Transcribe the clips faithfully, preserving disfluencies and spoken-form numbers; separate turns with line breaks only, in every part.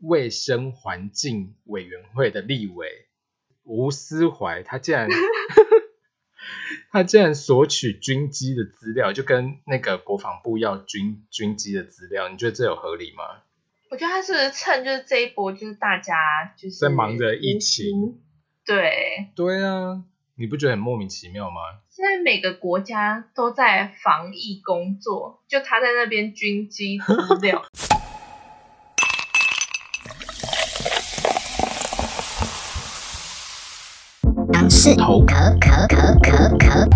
卫生环境委员会的立委吴思怀，他竟然他竟然索取军机的资料，就跟那个国防部要军军机的资料，你觉得这有合理吗？
我觉得他是不是趁就是这一波，就是大家就是
在忙着疫情，
对
对啊，你不觉得很莫名其妙吗？
现在每个国家都在防疫工作，就他在那边军机资料。
杨氏头壳壳壳壳壳。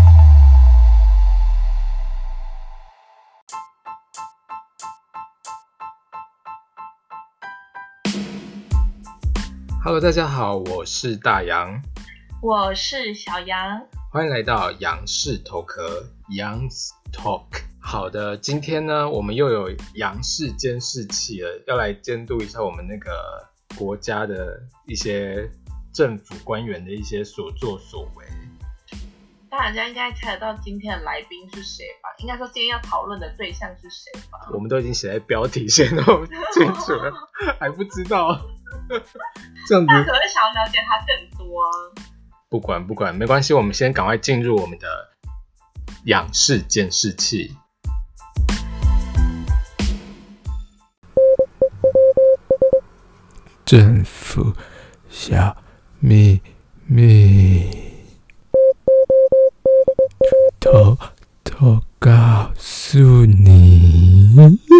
Hello， 大家好，我是大杨，
我是小杨，
欢迎来到杨氏头壳 Young's Talk。好的，今天呢，我们又有杨氏监视器了，要来监督一下我们那个国家的一些政府官员的一些所作所为。
大家应该猜得到今天的来宾是谁吧？应该说今天要讨论的对象是谁吧？
我们都已经写在标题写那么清楚了，还不知道。这样子，
那可能想要了解他更多啊。
不管不管，没关系，我们先赶快进入我们的仰视监视器。
政府小秘密，偷偷告诉你。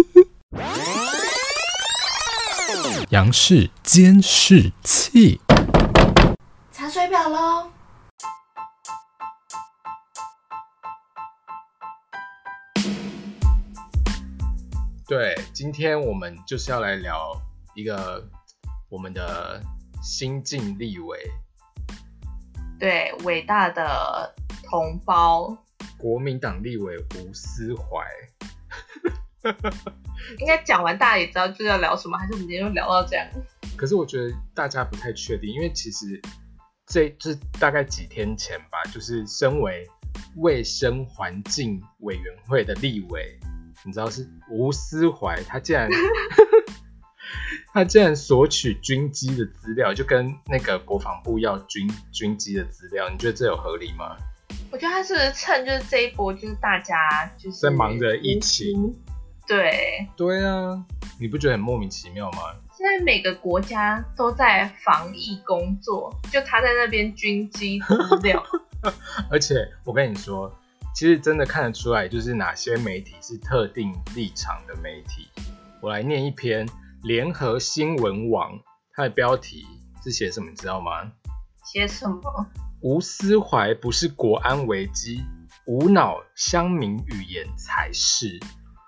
杨氏监视器，
查水表咯。
对，今天我们就是要来聊一个我们的新晋立委，
对，伟大的同胞，
国民党立委吴思怀。
应该讲完大家也知道就是要聊什么，还是我们今天就聊到这样？
可是我觉得大家不太确定，因为其实这就是大概几天前吧，就是身为卫生环境委员会的立委，你知道是吴思怀，他竟然他竟然索取军机的资料，就跟那个国防部要军军机的资料，你觉得这有合理吗？
我觉得他是不是趁就是这一波，就是大家就是
在忙着疫情，
对
对啊，你不觉得很莫名其妙吗？
现在每个国家都在防疫工作，就他在那边军机资料。
而且我跟你说，其实真的看得出来，就是哪些媒体是特定立场的媒体。我来念一篇联合新闻网，它的标题是写什么，你知道吗？
写什么？
吴思怀不是国安危机，无脑乡民语言才是。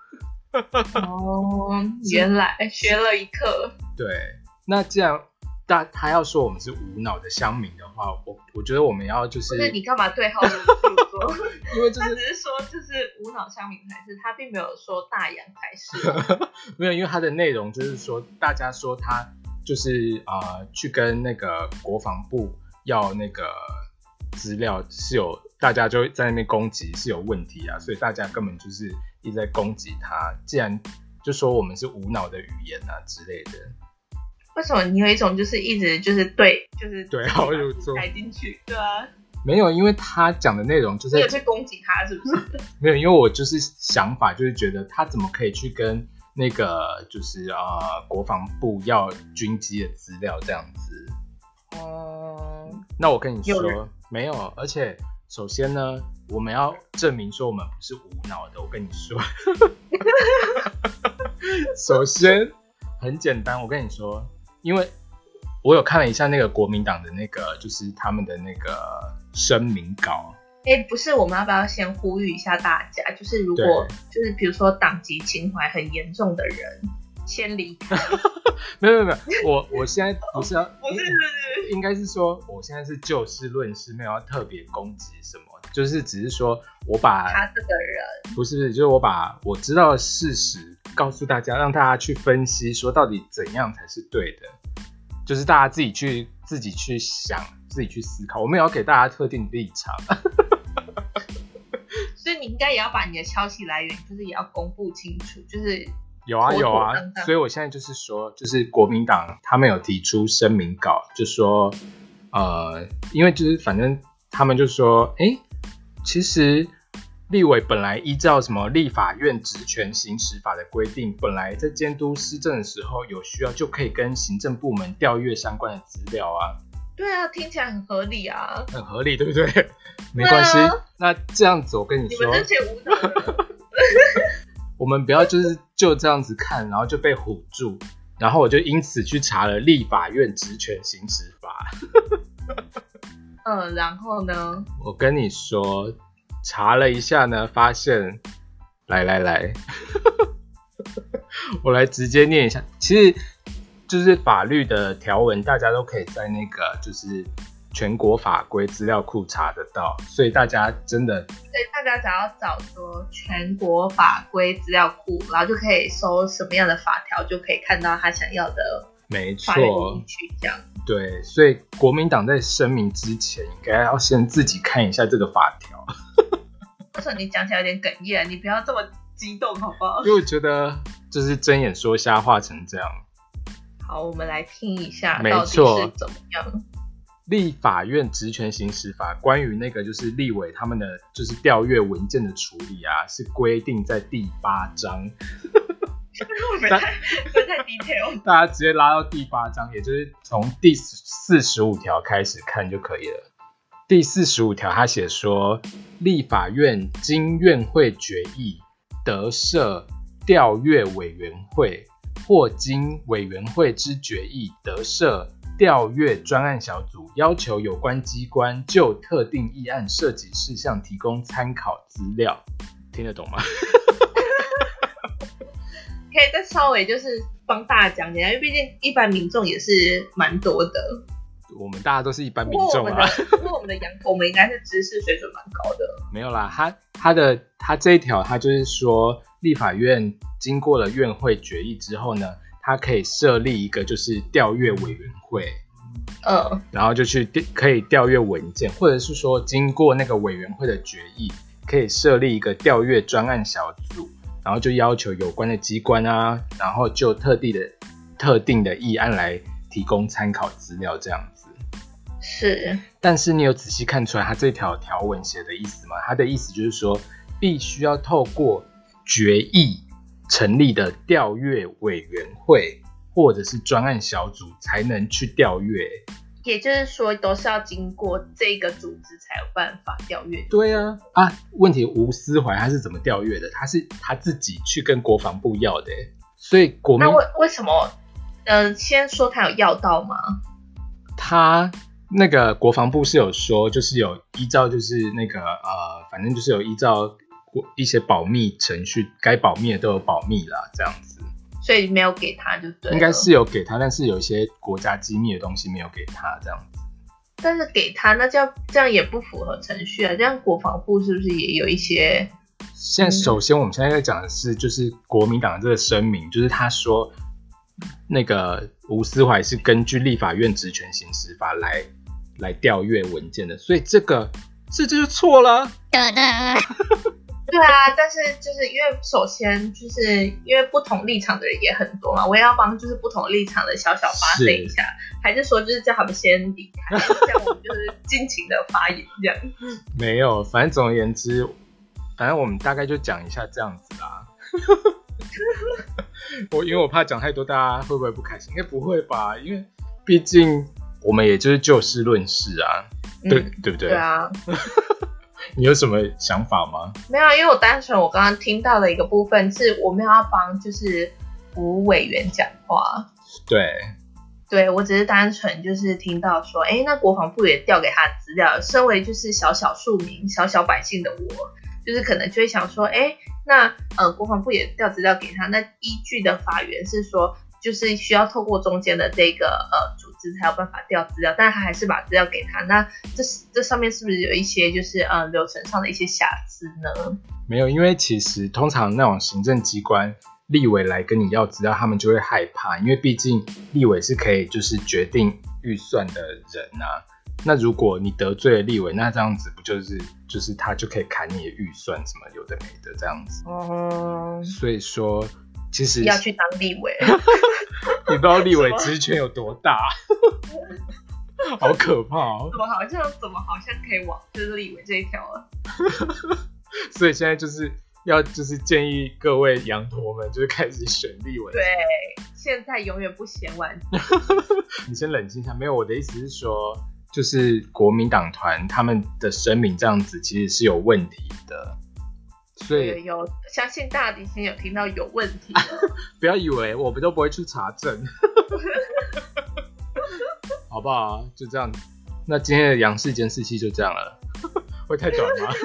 哦，原来学了一课。
对，那既然大他要说我们是无脑的乡民的话，我我觉得我们要就是，
不是你干嘛对号入座？
因为、就是、
他只是说就是无脑乡民才是，他并没有说大洋才是。
没有，因为他的内容就是说，大家说他就是呃去跟那个国防部要那个资料是有，大家就在那边攻击是有问题啊，所以大家根本就是一直在攻击他。既然就说我们是无脑的语言啊之类的。
为什么你有一种就是一直就是对就是
对号入座
塞进去？对啊，
没有，因为他讲的内容就是
你有去攻击他是不是？
没有，因为我就是想法就是觉得他怎么可以去跟那个就是呃国防部要军机的资料这样子。
哦、
嗯，那我跟你说没有，而且首先呢，我们要证明说我们不是无脑的。我跟你说，首先很简单，我跟你说，因为我有看了一下那个国民党的那个，就是他们的那个声明稿。
哎，不是，我们要不要先呼吁一下大家？就是如果就是比如说党籍情怀很严重的人，先离开。
没有没有没有，我我现在不是要，
不是不是，
应该是说我现在是就事论事，没有要特别攻击什么，就是只是说我把
他这个人
不是不是，就是我把我知道的事实告诉大家，让大家去分析，说到底怎样才是对的，就是大家自己去自己去想，自己去思考，我们也要给大家特定立场。
所以你应该也要把你的消息来源，就是也要公布清楚，就是
有啊有啊，
妥妥当当
所以我现在就是说，就是国民党他们有提出声明稿，就说呃，因为就是反正他们就说，哎，其实立委本来依照什么立法院职权行使法的规定，本来在监督施政的时候有需要就可以跟行政部门调阅相关的资料啊。
对啊，听起来很合理啊，
很合理，对不对？没关系，啊、那这样子我跟你说，
你们这些无脑人，
我们不要就是就这样子看，然后就被唬住，然后我就因此去查了立法院职权行使法。
嗯，然后呢？
我跟你说，查了一下呢，发现，来来来，我来直接念一下，其实。就是法律的条文，大家都可以在那个就是全国法规资料库查得到，所以大家真的，
所以大家只要找说全国法规资料库，然后就可以搜什么样的法条，就可以看到他想要的
没错
法律依据这样。
对，所以国民党在声明之前，应该要先自己看一下这个法条。
为什么你讲起来有点哽咽？你不要这么激动好不好？
因为我觉得就是睁眼说瞎话成这样。
好，我们来听一下
没
到底是怎么样。
立法院职权行使法关于那个就是立委他们的就是调阅文件的处理啊，是规定在第八章。
会不会太会不会太 detail？
大家直接拉到第八章，也就是从第四十五条开始看就可以了。第四十五条他写说，立法院经院会决议得设调阅委员会，或经委员会之决议得设调阅专案小组，要求有关机关就特定议案涉及事项提供参考资料。听得懂吗？
可以再稍微就是帮大家讲解，因为毕竟一般民众也是蛮多的。
我们大家都是一般民众啊。
不过我们的羊头，我们应该是知识水准蛮高的。
没有啦，他他的他这一条，他就是说，立法院经过了院会决议之后呢，他可以设立一个就是调阅委员会，
嗯，
然后就去可以调阅文件，或者是说经过那个委员会的决议，可以设立一个调阅专案小组，然后就要求有关的机关啊，然后就特定的特定的议案来提供参考资料，这样子。
是，
但是你有仔细看出来他这条条文写的意思吗？他的意思就是说，必须要透过决议成立的调阅委员会或者是专案小组才能去调阅。
也就是说，都是要经过这个组织才有办法调阅。
对啊，啊，问题吴思怀他是怎么调阅的？他是他自己去跟国防部要的，所以国民
那为为什么？呃，先说他有要到吗？
他那个国防部是有说，就是有依照就是那个呃，反正就是有依照一些保密程序，该保密的都有保密啦，这样子。
所以没有给他就对了。
应该是有给他，但是有一些国家机密的东西没有给他这样子。
但是给他，那这样这样也不符合程序啊！这样国防部是不是也有一些？
现在首先我们现在在讲的是，就是国民党这个声明，就是他说那个吴思怀是根据立法院职权行使法来来调阅文件的，所以这个这就是错了。
对啊，但是就是因为首先就是因为不同立场的人也很多嘛，我也要帮就是不同立场的小小发声一下，还是说就是叫他们先离开，这样我们就是尽情的发言这样。
没有，反正总而言之，反正我们大概就讲一下这样子啦。我因为我怕讲太多，大家会不会不开心？应该不会吧，因为毕竟我们也就是就事论事啊，对、嗯、对不对？
对啊。
你有什么想法吗？
没有，因为我单纯我刚刚听到的一个部分是我们要帮就是吴委员讲话。
对，
对我只是单纯就是听到说，哎，那国防部也调给他的资料，身为就是小小庶民、小小百姓的我，就是可能就会想说，哎，那呃国防部也调资料给他，那依据的法源是说，就是需要透过中间的这个呃组织才有办法调资料，但他还是把资料给他，那这这上面是不是有一些就是呃流程上的一些瑕疵呢？
没有，因为其实通常那种行政机关立委来跟你要资料，他们就会害怕，因为毕竟立委是可以就是决定预算的人啊。那如果你得罪了立委，那这样子不就是就是他就可以砍你的预算什么有的没的这样子。
哦、嗯，
所以说其实
要去当立委。
你不知道立委职权有多大，好可怕哦！
怎么好像怎么好像可以往就是立委这一条了？
所以现在就是要就是建议各位羊驼们就是开始选立委。
对，现在永远不嫌晚。
你先冷静一下，没有，我的意思是说，就是国民党团他们的声明这样子其实是有问题的。所以
有相信大家以前有听到有问题的，
不要以为我们都不会去查证，好不好？就这样，那今天的杨氏监视器就这样了，会太短吗？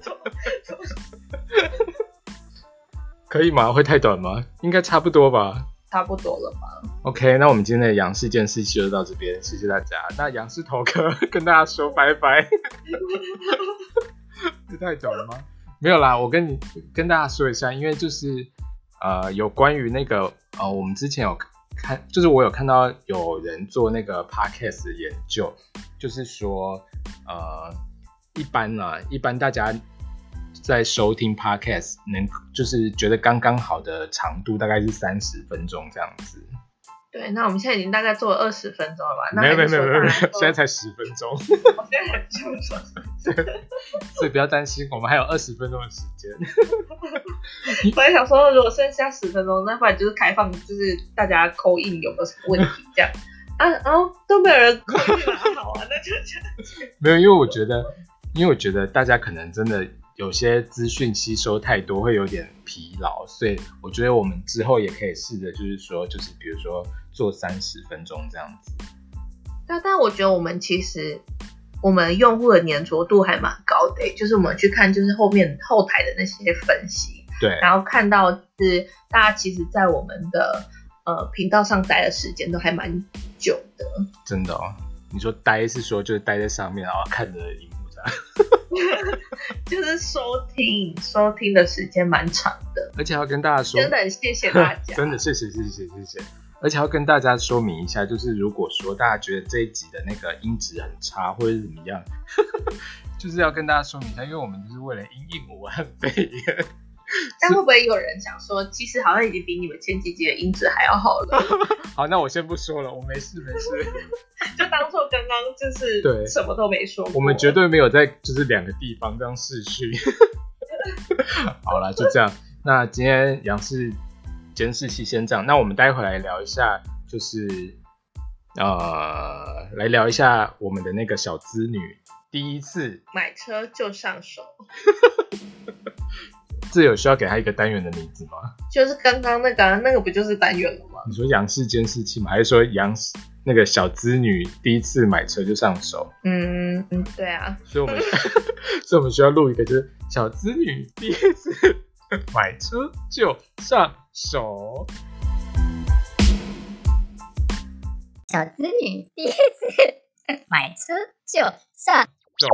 可以吗？会太短吗？应该差不多吧。
差不多了吧
？OK， 那我们今天的杨氏监视器就到这边，谢谢大家。那杨氏头壳跟大家说拜拜，这太短了吗？没有啦，我跟你跟大家说一下，因为就是呃，有关于那个呃，我们之前有看，就是我有看到有人做那个 podcast 的研究，就是说呃，一般啊，一般大家在收听 podcast 能就是觉得刚刚好的长度大概是三十分钟这样子。
对，那我们现在已经大概做了二十分钟了吧？那
没有没有没有没有，现在才十分钟。
我现在才十分钟，
所以不要担心，我们还有二十分钟的时间。
我在想说，如果剩下十分钟，那不然就是开放，就是大家call in有没有什么问题这样啊？然后都没有人call in了，好啊，那就这样。
没有，因为我觉得，因为我觉得大家可能真的有些资讯吸收太多，会有点疲劳，所以我觉得我们之后也可以试着，就是说，就是比如说做三十分钟这样子。
但但我觉得我们其实我们用户的粘着度还蛮高的，就是我们去看就是后面后台的那些分析，
对，
然后看到就是大家其实在我们的呃频道上待的时间都还蛮久的。真
的哦？你说待是说就是待在上面，然后看着荧幕这样？
就是收听收听的时间蛮长的，
而且要跟大家说，
真的很谢谢大家，
真的谢谢谢谢谢谢。而且要跟大家说明一下，就是如果说大家觉得这一集的那个音质很差或者是怎么样，就是要跟大家说明一下，因为我们就是为了因应武汉肺炎。
但会不会有人想说，其实好像已经比你们前几集的音质还要好了？
好，那我先不说了，我没事没事，
就当做刚刚就是对什么都没说过。
我们绝对没有在就是两个地方这样视讯。好啦，就这样。那今天杨氏监视器先这样，那我们待会来聊一下，就是呃，来聊一下我们的那个小资女第一次
买车就上手。
这有需要给他一个单元的名字吗？
就是刚刚那个、啊、那个不就是单元了吗？
你说杨氏监视器吗？还是说杨那个小资女第一次买车就上手？
嗯嗯，对啊。
所以我们所以我们需要录一个，就是小资女第一次买车就上手。
小资女第一次买车就上
手。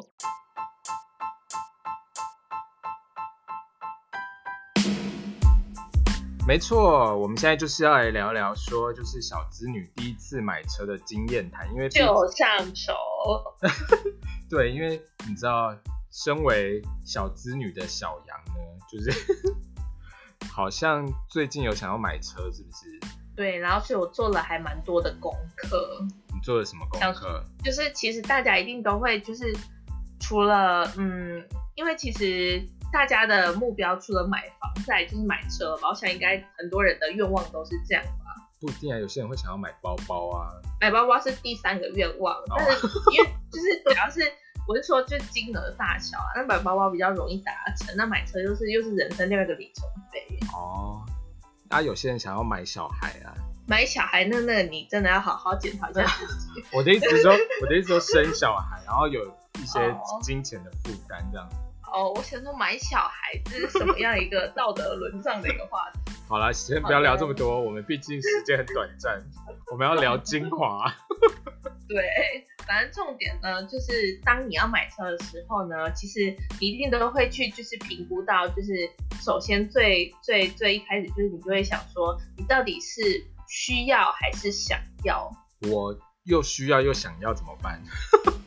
没错，我们现在就是要来聊聊说，就是小资女第一次买车的经验谈，因为
就上手。
对，因为你知道，身为小资女的小杨呢，就是好像最近有想要买车，是不是？
对，然后所以我做了还蛮多的功课。
你做了什么功课？
就是其实大家一定都会，就是除了嗯，因为其实大家的目标除了买房，再来就是买车吧。我想应该很多人的愿望都是这样吧。
不一定啊，有些人会想要买包包啊。
买包包是第三个愿望，哦、但是因为就是主要是我是说就金额大小啊，那买包包比较容易达成，那买车又是又是人生另外一个里程碑。
哦，啊，有些人想要买小孩啊。
买小孩那那你真的要好好检讨一下自己。
我的意思是说，我的意思说生小孩，然后有一些金钱的负担这样。
哦，我想说买小孩这是什么样一个道德沦丧的一个话题？
好啦，先不要聊这么多，我们毕竟时间很短暂，我们要聊精华。
对，反正重点呢，就是当你要买车的时候呢，其实你一定都会去就是评估到，就是首先最最最一开始就是你就会想说，你到底是需要还是想要？
我又需要又想要怎么办？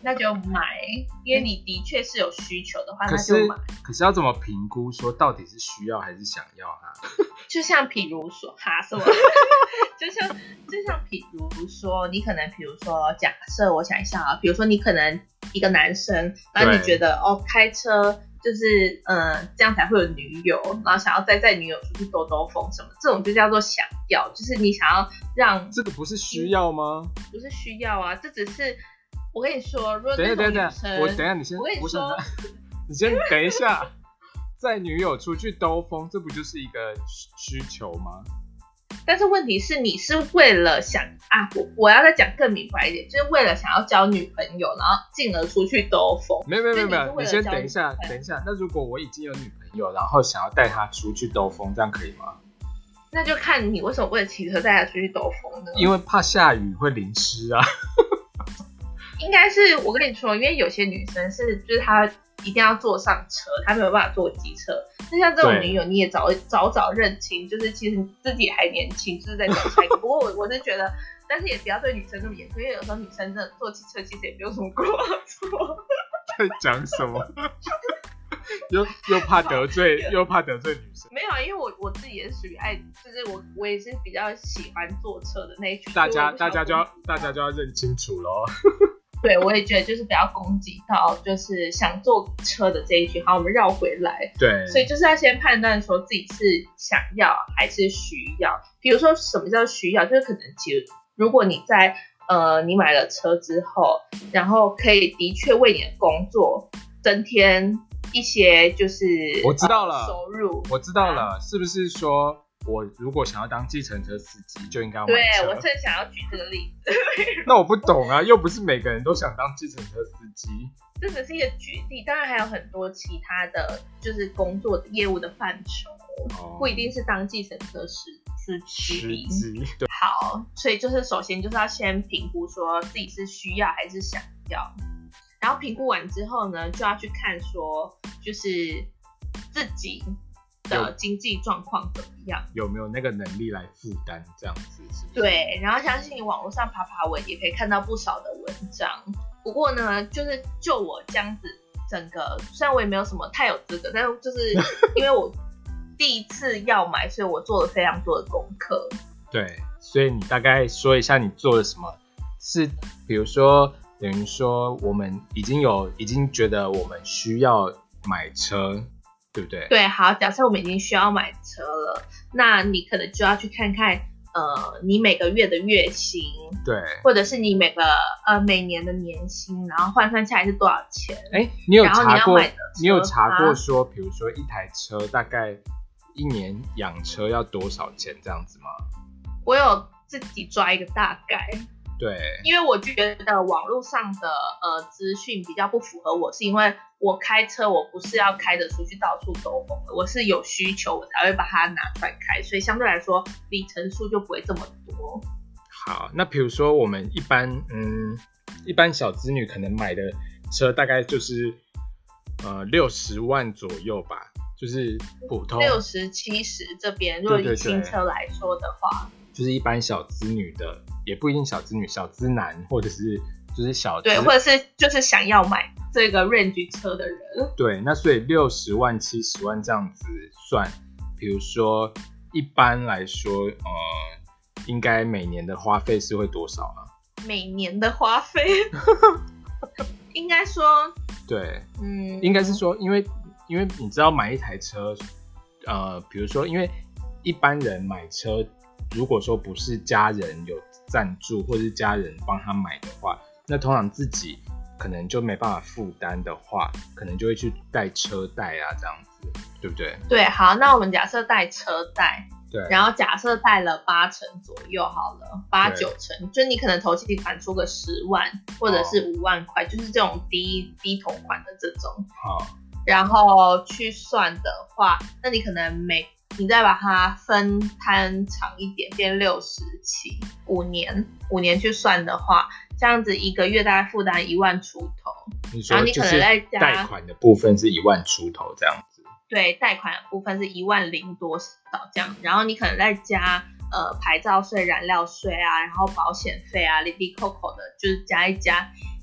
那就买，因为你的确是有需求的话，
可是
那就买。
可是要怎么评估说到底是需要还是想要啊？
就像比如说哈什么，就像就像比如说，你可能比如说假设我想一下啊，比如说你可能一个男生，然后你觉得哦开车就是嗯这样才会有女友，然后想要再载女友出去兜兜风什么，这种就叫做想要，就是你想要让
这个不是需要吗？
不是需要啊，这只是我跟你说，如果
等一下等一下，
那种女生，
我等一下你先，
我跟你
我想
说，
你先等一下。载女友出去兜风，这不就是一个需求吗？
但是问题是，你是为了想啊，我我要再讲更明白一点，就是为了想要交女朋友，然后进而出去兜风。
没有没有没有没有，
就你
你先等一下，等一下。那如果我已经有女朋友，然后想要带她出去兜风，这样可以吗？
那就看你为什么为了骑车带她出去兜风呢？
因为怕下雨会淋湿啊。
应该是我跟你说，因为有些女生是，就是她一定要坐上车，她没有办法坐机车。那像这种女友，你也早早早认清，就是其实自己还年轻，就是在找下一个。不过我我是觉得，但是也不要对女生那么严苛，因为有时候女生真的坐机车其实也没有什么过错。
在讲什么？又又怕得罪，又怕得罪女生。
没有啊，因为我我自己也是属于爱，就是我我也是比较喜欢坐车的那一群。
大家大家就要大家就要认清楚咯。
对，我也觉得就是不要攻击到就是想坐车的这一群。好，我们绕回来。
对，
所以就是要先判断说自己是想要还是需要。比如说什么叫需要，就是可能其实如果你在呃你买了车之后，然后可以的确为你的工作增添一些就是
我知道了、
呃、收入，
我知道了，是不是说我如果想要当计程车司机就应该要买车？
对，我正想要举这个例子。
那我不懂啊，又不是每个人都想当计程车司机。
这只是一个举例，当然还有很多其他的就是工作的业务的范畴，哦、不一定是当计程车司司机。
对，
好，所以就是首先就是要先评估说自己是需要还是想要，然后评估完之后呢，就要去看说就是自己的经济状况怎么样，
有没有那个能力来负担这样子是不是？
对，然后相信网络上爬爬文也可以看到不少的文章。不过呢，就是就我这样子整个，虽然我也没有什么太有资格，但是就是因为我第一次要买，所以我做了非常多的功课。
对，所以你大概说一下你做了什么？是比如说等于说我们已经有已经觉得我们需要买车。对不对？
对，好，假设我们已经需要买车了，那你可能就要去看看，呃，你每个月的月薪，
对，
或者是你每个呃每年的年薪，然后换算下来是多少钱？
哎，你有查过？
你,
你有查过说，比如说一台车大概一年养车要多少钱这样子吗？
我有自己抓一个大概。
对，
因为我觉得网络上的呃资讯比较不符合我，是因为我开车我不是要开着出去到处兜风的，我是有需求我才会把它拿出来开，所以相对来说里程数就不会这么多。
好，那比如说我们一般嗯一般小资女可能买的车大概就是呃六十万左右吧，就是普通
六十七十这边，如果以新车来说的话，
就是一般小资女的。也不一定小资女，小资男，或者是就是小资，
对，或者是就是想要买这个 range 车的人。
对，那所以六十万、七十万这样子算，比如说一般来说，呃，应该每年的花费是会多少啊？
每年的花费，应该说，
对，
嗯，
应该是说，因为因为你知道买一台车，呃，比如说，因为一般人买车，如果说不是家人有赞助或是家人帮他买的话，那通常自己可能就没办法负担的话，可能就会去贷车贷啊，这样子，对不对？
对，好，那我们假设贷车贷，
对，
然后假设贷了八成左右好了，八九成，就你可能头期款出个十万或者是五万块，哦、就是这种低低头款的这种，
好，
然后去算的话，那你可能每你再把它分摊长一点，变六十期，五年，五年去算的话，这样子一个月大概负担一万出头。
你说就是贷款的部分是一万出头这样子。
对，贷款的部分是一万零多少这样，然后你可能再加呃牌照税、燃料税啊，然后保险费啊，哩哩扣扣的，就是加一加，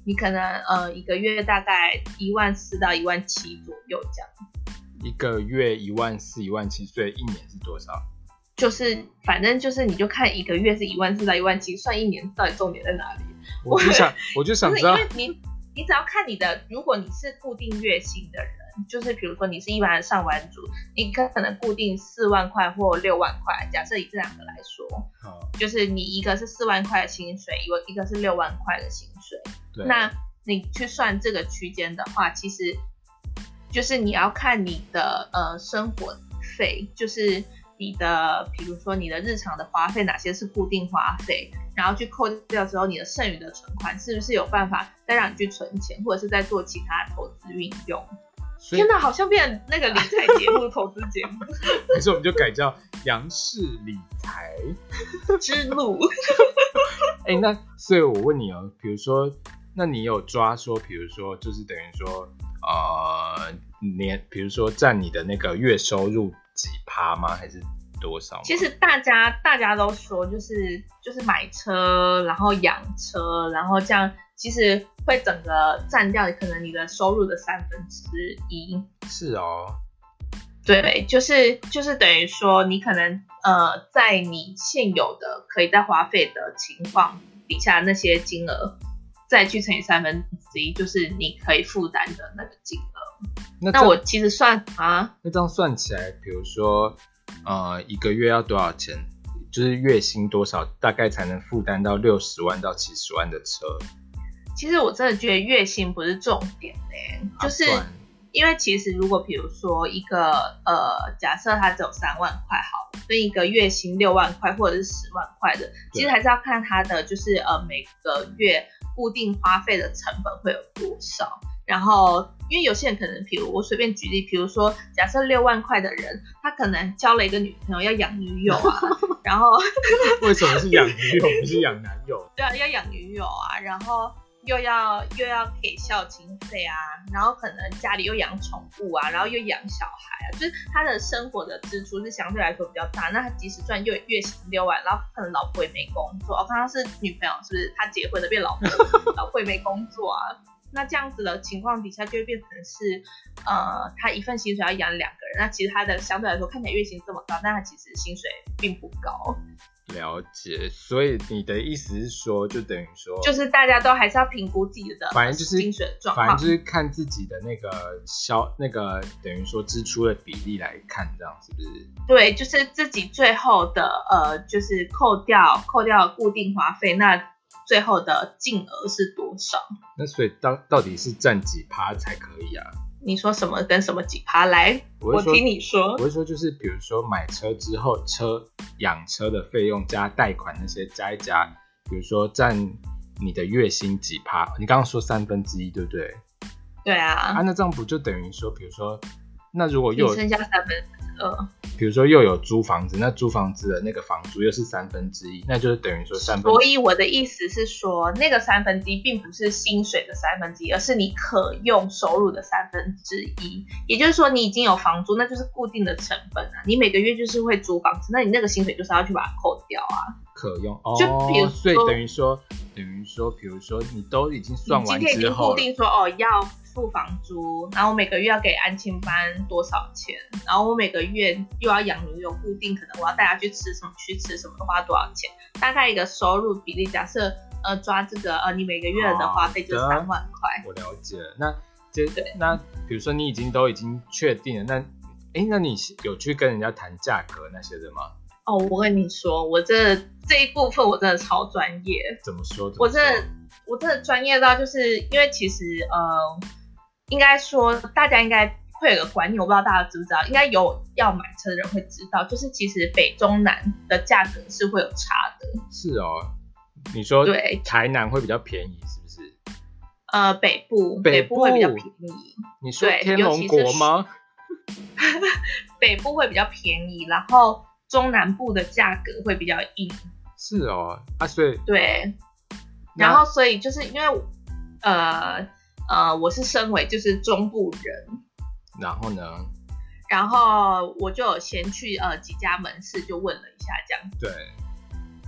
你可能呃一个月大概一万四到一万七左右这样。
一个月一万四、一万七，所以一年是多少？
就是反正就是你就看一个月是一万四到一万七，算一年到底重点在哪里？
我就想，我就想知道，
因为你你只要看你的，如果你是固定月薪的人，就是比如说你是一般的上班族，你可能固定四万块或六万块，假设以这两个来说，
嗯、
就是你一个是四万块的薪水，一个一个是六万块的薪水，
对，
那你去算这个区间的话，其实就是你要看你的呃生活费，就是你的比如说你的日常的花费哪些是固定花费，然后去扣掉之后你的剩余的存款是不是有办法再让你去存钱，或者是再做其他投资运用。天哪，好像变成那个理财节目投资节目
可是我们就改叫杨氏理财
之路
哎、欸，那所以我问你哦，比如说那你有抓说比如说就是等于说呃年比如说占你的那个月收入几趴吗？还是多少吗？
其实大家大家都说就是就是买车然后养车，然后这样其实会整个占掉可能你的收入的三分之一。
是哦，
对，就是就是等于说你可能呃在你现有的可以再花费的情况底下，那些金额再去乘以三分之一，就是你可以负担的那个金额。
那
那我其实算啊，
那这样算起来，比如说呃一个月要多少钱？就是月薪多少，大概才能负担到六十万到七十万的车？
其实我真的觉得月薪不是重点嘞、欸，就是因为其实如果比如说一个呃，假设他只有三万块好了，跟一个月薪六万块或者是十万块的，其实还是要看他的就是呃每个月固定花费的成本会有多少。然后因为有些人可能比如我随便举例，比如说假设六万块的人，他可能交了一个女朋友要养女友啊然后
为什么是养女友不是养男友？
对啊，要养女友啊，然后又要又要给孝亲费啊，然后可能家里又养宠物啊，然后又养小孩啊，就是他的生活的支出是相对来说比较大。那他即使赚月月薪六万，然后可能老婆也没工作，哦，刚刚是女朋友是不是？他结婚了变老婆，老婆也没工作啊。那这样子的情况底下，就会变成是，呃，他一份薪水要养两个人。那其实他的相对来说看起来月薪这么高，但他其实薪水并不高。
了解，所以你的意思是说，就等于说，
就是大家都还是要评估自己的，
反正就是
薪水的状况，
反正就是看自己的那个消那个等于说支出的比例来看，这样是不是？
对，就是自己最后的呃，就是扣掉扣掉固定花费，那最后的净额是多少？
那所以到到底是占几趴才可以啊？
你说什么跟什么几趴？来，我听你说。
我会说就是比如说买车之后，车养车的费用加贷款那些加一加，比如说占你的月薪几趴？你刚刚说三分之一，对不对？
对啊。
啊，那这样不就等于说，比如说，那如果又
你剩下三分之二，
比如说又有租房子，那租房子的那个房租又是三分之一，那就是等于说三分之一。
所以我的意思是说，那个三分之一并不是薪水的三分之一，而是你可用收入的三分之一。也就是说，你已经有房租，那就是固定的成本啊。你每个月就是会租房子，那你那个薪水就是要去把它扣掉啊。
可用哦，
就比如说，
所以等于说，等于说，比如说你都已经算完之后，
你今天已经固定说哦要付房租，然后我每个月要给安亲班多少钱，然后我每个月又要养女友，固定可能我要带她去吃什么去吃什么花多少钱，大概一个收入比例，假设呃抓这个呃你每个月的花费就是三万块。
我了解了，那这那比如说你已经都已经确定了，那哎那你有去跟人家谈价格那些的吗？
哦，我跟你说，我这这一部分我真的超专业。
怎么说？怎么说
我真的我真的专业到，就是因为其实呃，应该说大家应该会有个观念，我不知道大家知不知道，应该有要买车的人会知道，就是其实北中南的价格是会有差的。
是哦，你说
对，
台南会比较便宜，是不是？
呃，北部
北部
部会比较便宜。
你说天龙国吗？
北部会比较便宜，然后中南部的价格会比较硬。
是哦，啊，所以
对，然后所以就是因为呃呃，我是身为就是中部人，
然后呢，
然后我就有先去呃几家门市就问了一下这样。
对，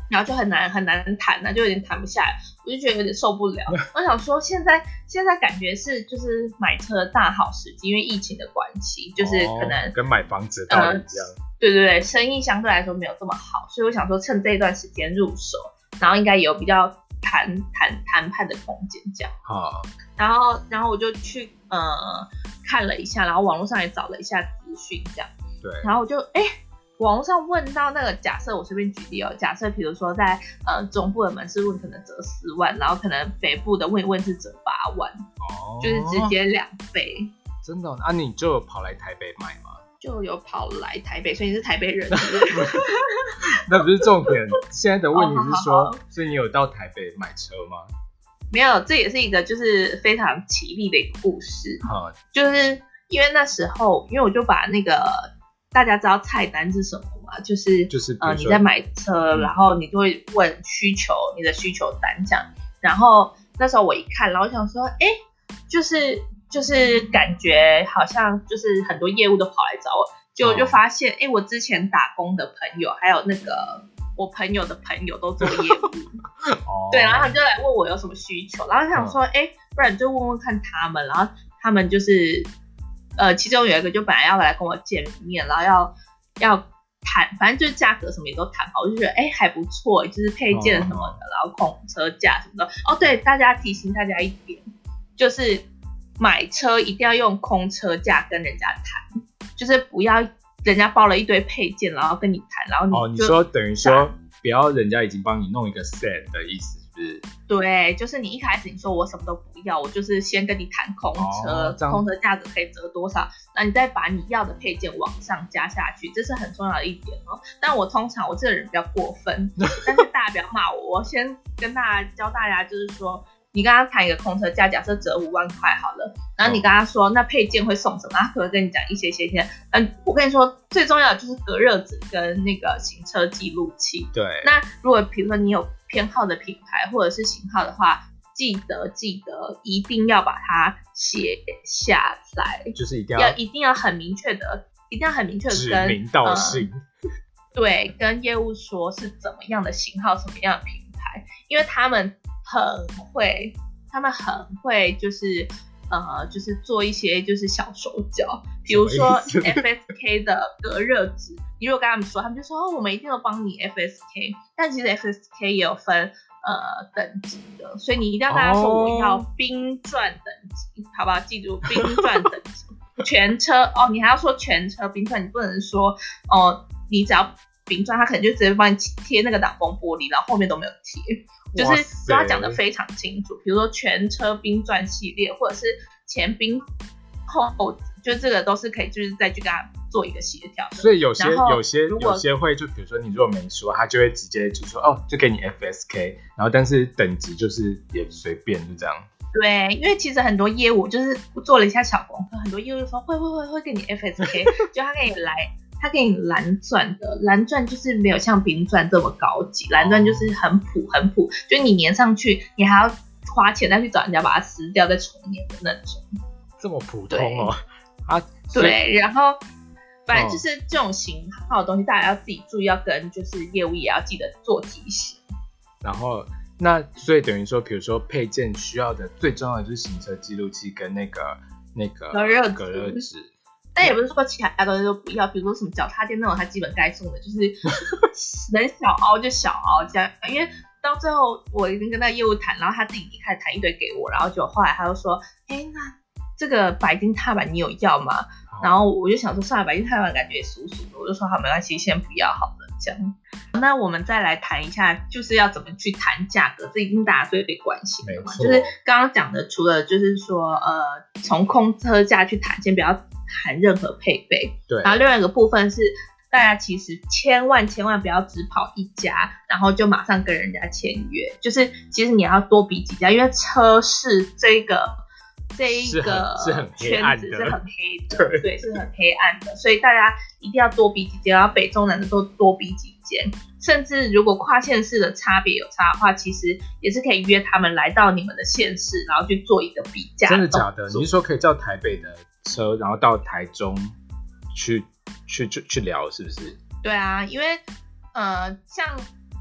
然后就很难很难谈啊，就有点谈不下来，我就觉得有点受不了。我想说现在现在感觉是就是买车的大好时机，因为疫情的关系，就是可能、
哦、跟买房子的道理一样、呃。
对对对，生意相对来说没有这么好，所以我想说趁这一段时间入手，然后应该也有比较谈谈谈判的空间这样。
好，
然后然后我就去呃看了一下，然后网络上也找了一下资讯这样。
对，
然后我就哎。网络上问到那个假设，我随便举例哦，假设比如说在呃中部的门市问可能折四万，然后可能北部的问一问是折八万，哦，就是直接两倍。
真的、哦？啊，你就有跑来台北买吗？
就有跑来台北，所以你是台北人。
那不是重点，现在的问题是说，
哦、好好
所以你有到台北买车吗？
没有，这也是一个就是非常奇丽的一个故事。
好，
就是因为那时候，因为我就把那个。大家知道菜单是什么吗？就是
就是
呃你在买车、嗯，然后你就会问需求，你的需求单这样。然后那时候我一看，然后我想说，哎，就是就是感觉好像就是很多业务都跑来找我，结果就发现，哎、哦，我之前打工的朋友，还有那个我朋友的朋友都做业务，
哦，
对，然后他们就来问我有什么需求，然后想说，哎、嗯，不然你就问问看他们，然后他们就是。呃，其中有一个就本来要来跟我见面，然后要要谈，反正就是价格什么也都谈好，我就觉得哎还不错，就是配件什么的，哦、然后空车价什么的。哦，对，大家提醒大家一点，就是买车一定要用空车价跟人家谈，就是不要人家包了一堆配件，然后跟你谈，然后你就
哦，你说等于说不要人家已经帮你弄一个 set 的意思。是
对，就是你一开始你说我什么都不要，我就是先跟你谈空车，哦、空车价格可以折多少，那你再把你要的配件往上加下去，这是很重要的一点哦。但我通常我这个人比较过分，但是大家不要骂我，我先跟大家教大家，就是说你跟他谈一个空车价，假设折五万块好了，然后你跟他说、哦、那配件会送什么，他可能跟你讲一些些些，嗯，我跟你说最重要的就是隔热纸跟那个行车记录器。
对，
那如果比如说你有偏好的品牌或者是型号的话，记得记得一定要把它写下来，
就是一定要
要一定要很明确的，一定要很明确的跟
指名道姓、
呃，对，跟业务说是怎么样的型号，什么样的品牌，因为他们很会，他们很会就是呃，就是做一些就是小手脚，比如说 F S K 的隔热纸，你如果跟他们说，他们就说哦，我们一定要帮你 F S K， 但其实 F S K 也有分呃等级的，所以你一定要跟他说我要冰钻等级， oh. 好不好？记住冰钻等级，全车哦，你还要说全车冰钻，你不能说哦，你只要冰钻，他可能就直接帮你贴那个挡风玻璃，然后后面都没有贴。就是都要讲得非常清楚，比如说全车冰钻系列，或者是前冰后，就这个都是可以，就是再去跟他做一个协调。
所以有些有些有些会，就比如说你如果没说，他就会直接就说哦，就给你 F S K， 然后但是等级就是也随便就这样。
对，因为其实很多业务就是做了一下小功课，很多业务说会会会会给你 F S K， 就他可以来。它给你蓝钻的，蓝钻就是没有像冰钻这么高级，蓝钻就是很普很普，就是你粘上去，你还要花钱再去找人家把它撕掉再重粘的那种。
这么普通哦？啊，
对，然后反正就是这种型号的东西，大家要自己注意，要跟就是业务也要记得做提醒。
然后那所以等于说，比如说配件需要的最重要的就是行车记录器跟那个那个
隔热
隔热纸。
但也不是说其他东西都不要，比如说什么脚踏垫那种，它基本该送的就是能小凹就小凹这样。因为到最后我已经跟那个业务谈，然后他自己一开始谈一堆给我，然后就后来他就说，哎、欸，那这个白金踏板你有要吗？哦、然后我就想说，算了，白金踏板感觉也俗俗的，我就说好，没关系，先不要好了这样。那我们再来谈一下，就是要怎么去谈价格，这已经大家最最关心的嘛。就是刚刚讲的，除了就是说，呃，从空车价去谈，先不要谈任何配备。
对。
然后另外一个部分是，大家其实千万千万不要只跑一家，然后就马上跟人家签约。就是其实你要多比几家，因为车市这个这一个圈子是很黑的，对，对，是很黑暗的，所以大家一定要多比几间，然后北中南的都多比几间，甚至如果跨县市的差别有差的话，其实也是可以约他们来到你们的县市，然后去做一个比价。
真的假的？你是说可以叫台北的车，然后到台中去去去去聊，是不是？
对啊，因为呃，像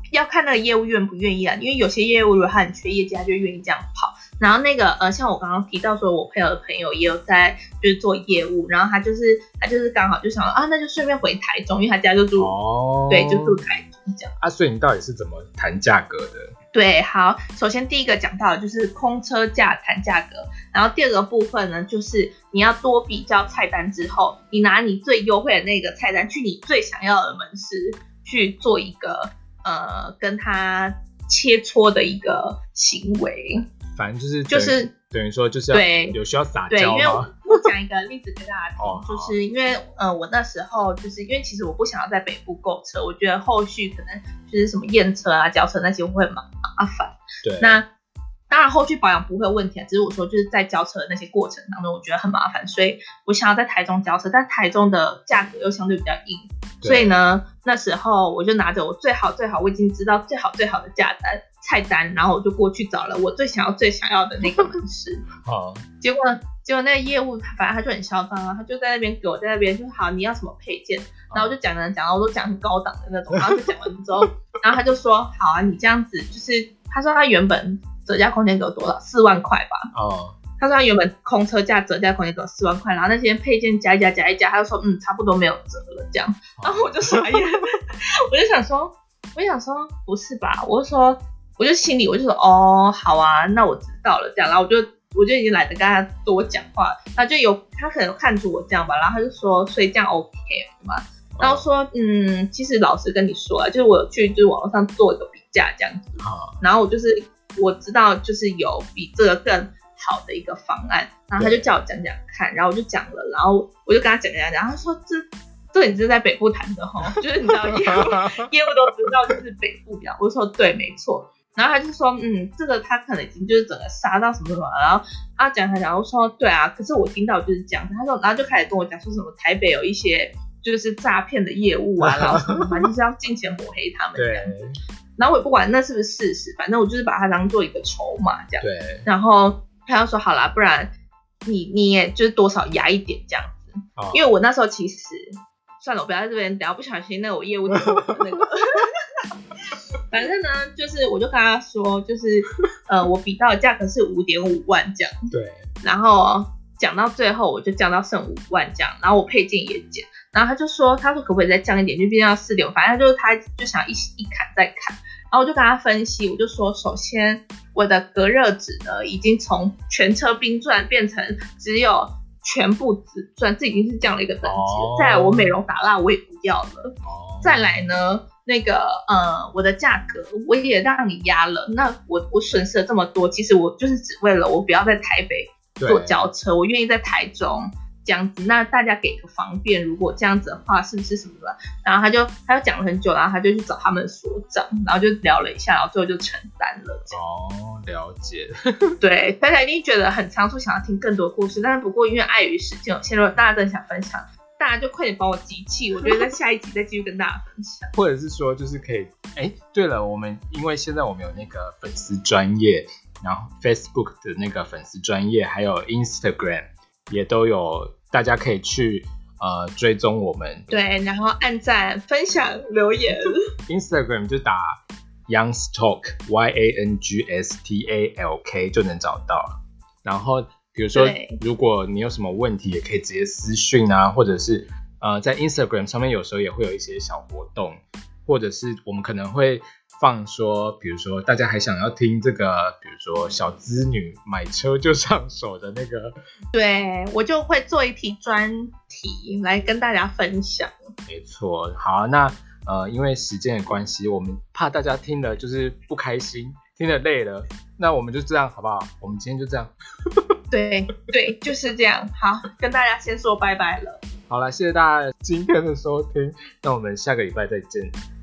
要看那个业务愿不愿意啊，因为有些业务如果他很缺业绩，他就愿意这样跑。然后那个呃，像我刚刚提到说，我朋友的朋友也有在就是做业务，然后他就是他就是刚好就想啊，那就顺便回台中，因为他家就住、
哦、
对，就住台中这样。
啊，所以你到底是怎么谈价格的？
对，好，首先第一个讲到的就是空车价谈价格，然后第二个部分呢，就是你要多比较菜单之后，你拿你最优惠的那个菜单去你最想要的门市去做一个呃跟他切磋的一个行为。
反正就是
就是
等于说就是要
对
有需要撒
对，因为
娇吗？
我讲一个例子给大家听，
哦、
就是因为呃我那时候就是因为其实我不想要在北部购车，我觉得后续可能就是什么验车啊、交车那些会很麻烦。
对，
那当然后续保养不会有问题啊，只是我说就是在交车的那些过程当中，我觉得很麻烦，所以我想要在台中交车，但台中的价格又相对比较硬，所以呢那时候我就拿着我最好最好我已经知道最好最好的价单菜单，然后我就过去找了我最想要最想要的那个门市。
好，
结果结果那个业务反正他就很嚣张啊，他就在那边给我在那边就好你要什么配件，然后我就讲讲讲到我都讲很高档的那种，然后就讲完之后，然后他就说好啊，你这样子就是他说他原本折价空间给我多少四万块吧，
哦，
他说他原本空车价折价空间给我四万块，然后那些配件加一加加一加，他就说嗯差不多没有折了这样，然后我就傻眼，我就想说我就想说不是吧，我就说我就心里我就说哦好啊，那我知道了这样，然后我就我就已经懒得跟他多讲话，他就有他可能看出我这样吧，然后他就说所以这样 OK 嘛，然后说嗯其实老实跟你说啊，就是我有去就是网络上做一个比价这样子，然后我就是我知道就是有比这个更好的一个方案，然后他就叫我讲讲看，然后我就讲了，然后我就跟他讲讲讲，他说这这你是在北部谈的齁，就是你知道业务业务都知道就是北部这样，我就说对没错，然后他就说嗯这个他可能已经就是整个杀到什么什么，然后他讲讲讲，我说对啊，可是我听到就是这样，他说然后就开始跟我讲说什么台北有一些就是诈骗的业务啊，然后什么反正就是要进钱抹黑他们这样子，然后我也不管那是不是事实，反正我就是把它当做一个筹码这样，
对，
然后他就说好啦，不然你你也就是多少压一点这样子，哦、因为我那时候其实算了，我不要在这边，等下不小心那个我业务就是我的那个，反正呢就是我就跟他说，就是呃我比到的价格是五点五万这样，对，然后讲到最后我就降到剩五万这样，然后我配件也减，然后他就说他说可不可以再降一点，就毕竟要四点，反正就是他就想一一砍再砍。然后我就跟他分析，我就说，首先我的隔热纸呢，已经从全车冰钻变成只有全部紫钻，这已经是这样的一个等级了。哦、再来，我美容打蜡我也不要了。哦、再来呢，那个呃，我的价格我也让你压了，那我我损失了这么多，其实我就是只为了我不要在台北做交车，我愿意在台中。这样子，那大家给个方便，如果这样子的话，是不是什么的？然后他就他就讲了很久，然后他就去找他们所长，然后就聊了一下，然后最后就承担了。
哦，了解。
对，大家一定觉得很仓促，想要听更多故事，但是不过因为碍于时间有限，如果大家真的想分享，大家就快点帮我集气，我觉得在下一集再继续跟大家分享。
或者是说，就是可以，哎，对了，我们因为现在我们有那个粉丝专页，然后 Facebook 的那个粉丝专页，还有 Instagram。也都有，大家可以去呃追踪我们，
对，然后按赞、分享、留言。
Instagram 就打 Youngstalk Y A N G S T A L K 就能找到。然后比如说，如果你有什么问题，也可以直接私讯啊，或者是呃在 Instagram 上面有时候也会有一些小活动，或者是我们可能会。放说，比如说大家还想要听这个，比如说小资女买车就上手的那个，
对我就会做一题专题来跟大家分享。
没错，好，那呃，因为时间的关系，我们怕大家听了就是不开心，听了累了，那我们就这样好不好？我们今天就这样。
对对，就是这样。好，跟大家先说拜拜了。
好了，谢谢大家今天的收听，那我们下个礼拜再见。